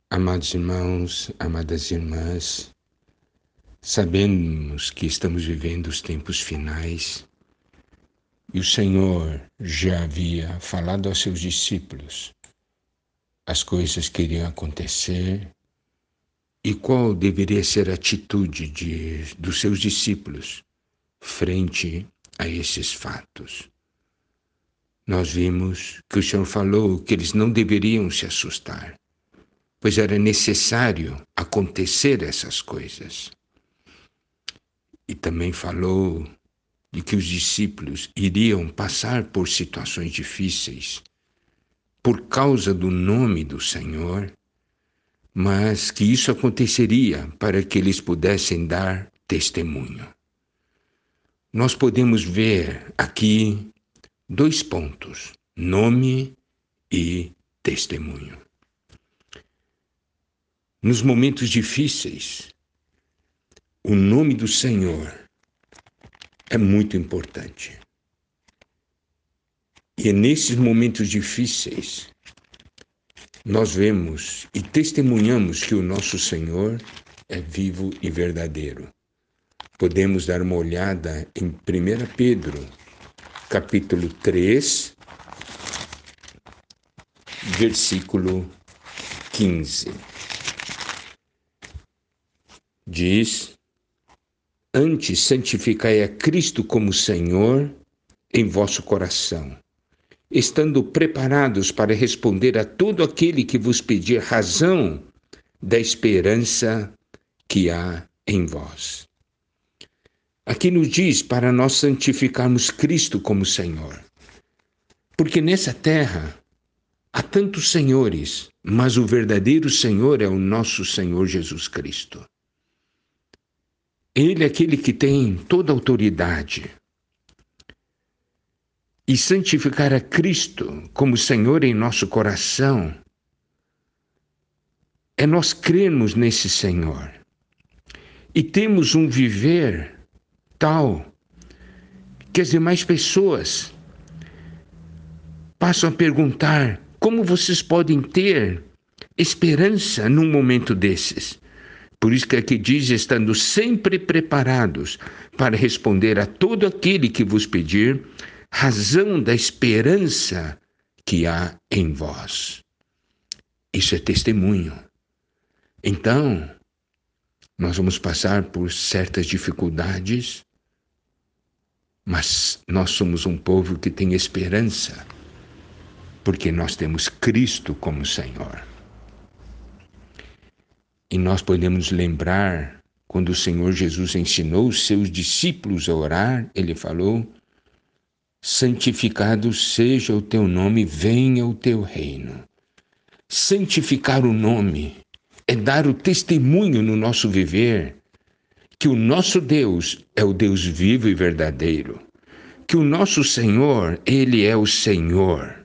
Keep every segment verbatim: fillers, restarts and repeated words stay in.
Amados irmãos, amadas irmãs, sabemos que estamos vivendo os tempos finais e o Senhor já havia falado aos seus discípulos as coisas que iriam acontecer e qual deveria ser a atitude de, dos seus discípulos frente a esses fatos. Nós vimos que o Senhor falou que eles não deveriam se assustar, pois era necessário acontecer essas coisas. E também falou de que os discípulos iriam passar por situações difíceis por causa do nome do Senhor, mas que isso aconteceria para que eles pudessem dar testemunho. Nós podemos ver aqui dois pontos: nome e testemunho. Nos momentos difíceis, o nome do Senhor é muito importante. E é nesses momentos difíceis, nós vemos e testemunhamos que o nosso Senhor é vivo e verdadeiro. Podemos dar uma olhada em primeira Pedro, capítulo três, versículo quinze. Diz: antes santificai a Cristo como Senhor em vosso coração, estando preparados para responder a todo aquele que vos pedir razão da esperança que há em vós. Aqui nos diz para nós santificarmos Cristo como Senhor, porque nessa terra há tantos senhores, mas o verdadeiro Senhor é o nosso Senhor Jesus Cristo. Ele é aquele que tem toda a autoridade. E santificar a Cristo como Senhor em nosso coração é nós crermos nesse Senhor e temos um viver tal que as demais pessoas passam a perguntar: como vocês podem ter esperança num momento desses? Por isso que aqui diz: estando sempre preparados para responder a todo aquele que vos pedir razão da esperança que há em vós. Isso é testemunho. Então, nós vamos passar por certas dificuldades, mas nós somos um povo que tem esperança, porque nós temos Cristo como Senhor. E nós podemos lembrar, quando o Senhor Jesus ensinou os seus discípulos a orar, ele falou: santificado seja o teu nome, venha o teu reino. Santificar o nome é dar o testemunho no nosso viver que o nosso Deus é o Deus vivo e verdadeiro, que o nosso Senhor, Ele é o Senhor.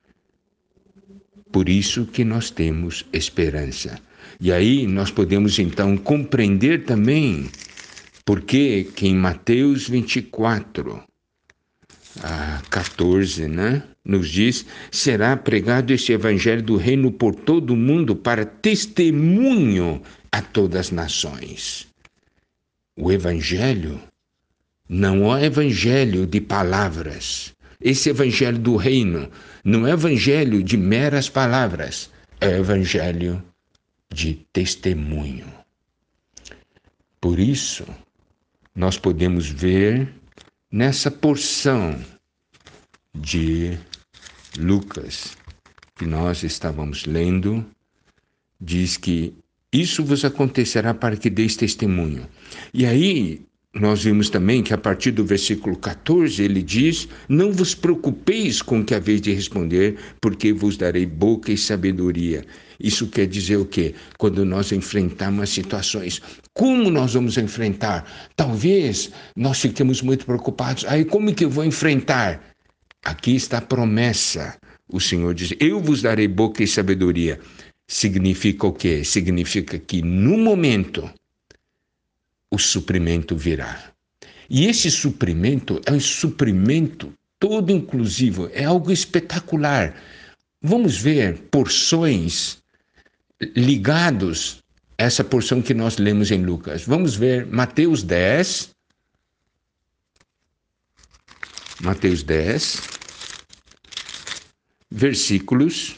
Por isso que nós temos esperança. E aí nós podemos então compreender também porque que em Mateus vinte e quatro, a quatorze, né, nos diz: será pregado este evangelho do reino por todo o mundo para testemunho a todas as nações. O evangelho não é evangelho de palavras. Esse evangelho do reino não é evangelho de meras palavras, é evangelho de testemunho. Por isso, nós podemos ver nessa porção de Lucas que nós estávamos lendo, diz que isso vos acontecerá para que deis testemunho. E aí nós vimos também que a partir do versículo quatorze ele diz: não vos preocupeis com o que haveis de responder, porque vos darei boca e sabedoria. Isso quer dizer o quê? Quando nós enfrentarmos as situações, como nós vamos enfrentar? Talvez nós fiquemos muito preocupados. Aí como é que eu vou enfrentar? Aqui está a promessa. O Senhor diz: eu vos darei boca e sabedoria. Significa o quê? Significa que no momento o suprimento virá. E esse suprimento é um suprimento todo inclusivo, é algo espetacular. Vamos ver porções ligados a essa porção que nós lemos em Lucas. Vamos ver Mateus dez. Mateus dez, versículos.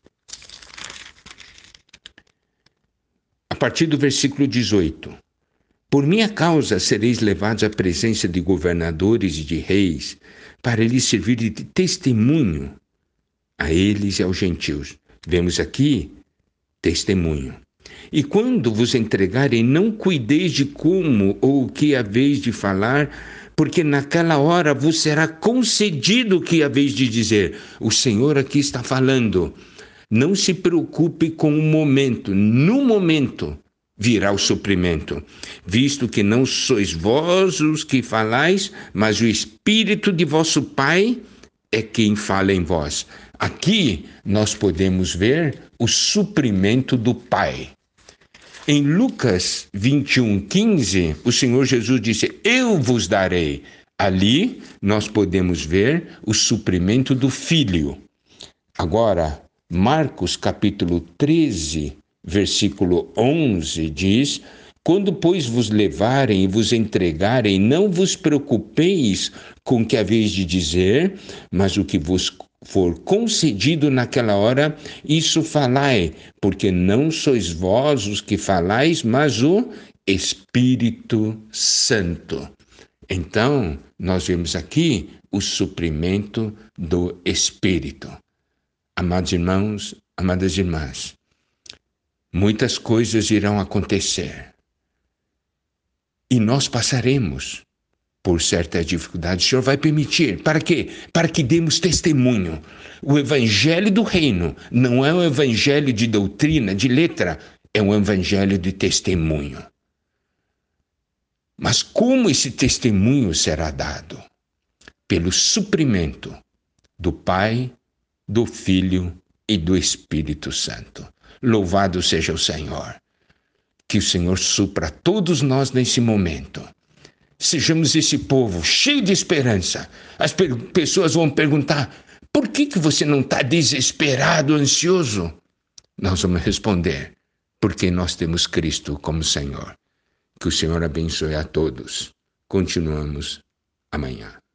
A partir do versículo dezoito. Por minha causa sereis levados à presença de governadores e de reis, para lhes servir de testemunho a eles e aos gentios. Vemos aqui testemunho. E quando vos entregarem, não cuideis de como ou o que haveis de falar, porque naquela hora vos será concedido o que haveis de dizer. O Senhor aqui está falando. Não se preocupe com o momento. No momento virá o suprimento, visto que não sois vós os que falais, mas o Espírito de vosso Pai é quem fala em vós. Aqui nós podemos ver o suprimento do Pai. Em Lucas vinte e um, quinze, o Senhor Jesus disse, eu vos darei. Ali nós podemos ver o suprimento do Filho. Agora, Marcos capítulo treze, versículo onze, diz, quando, pois, vos levarem e vos entregarem, não vos preocupeis com o que haveis de dizer, mas o que vos for concedido naquela hora, isso falai, porque não sois vós os que falais, mas o Espírito Santo. Então, nós vemos aqui o suprimento do Espírito. Amados irmãos, amadas irmãs, muitas coisas irão acontecer e nós passaremos por certas dificuldades. O Senhor vai permitir. Para quê? Para que demos testemunho. O evangelho do reino não é um evangelho de doutrina, de letra, é um evangelho de testemunho. Mas como esse testemunho será dado? Pelo suprimento do Pai, do Filho e do Espírito Santo. Louvado seja o Senhor. Que o Senhor supra todos nós nesse momento. Sejamos esse povo cheio de esperança. As pessoas vão perguntar, por que, que você não está desesperado, ansioso? Nós vamos responder, porque nós temos Cristo como Senhor. Que o Senhor abençoe a todos. Continuamos amanhã.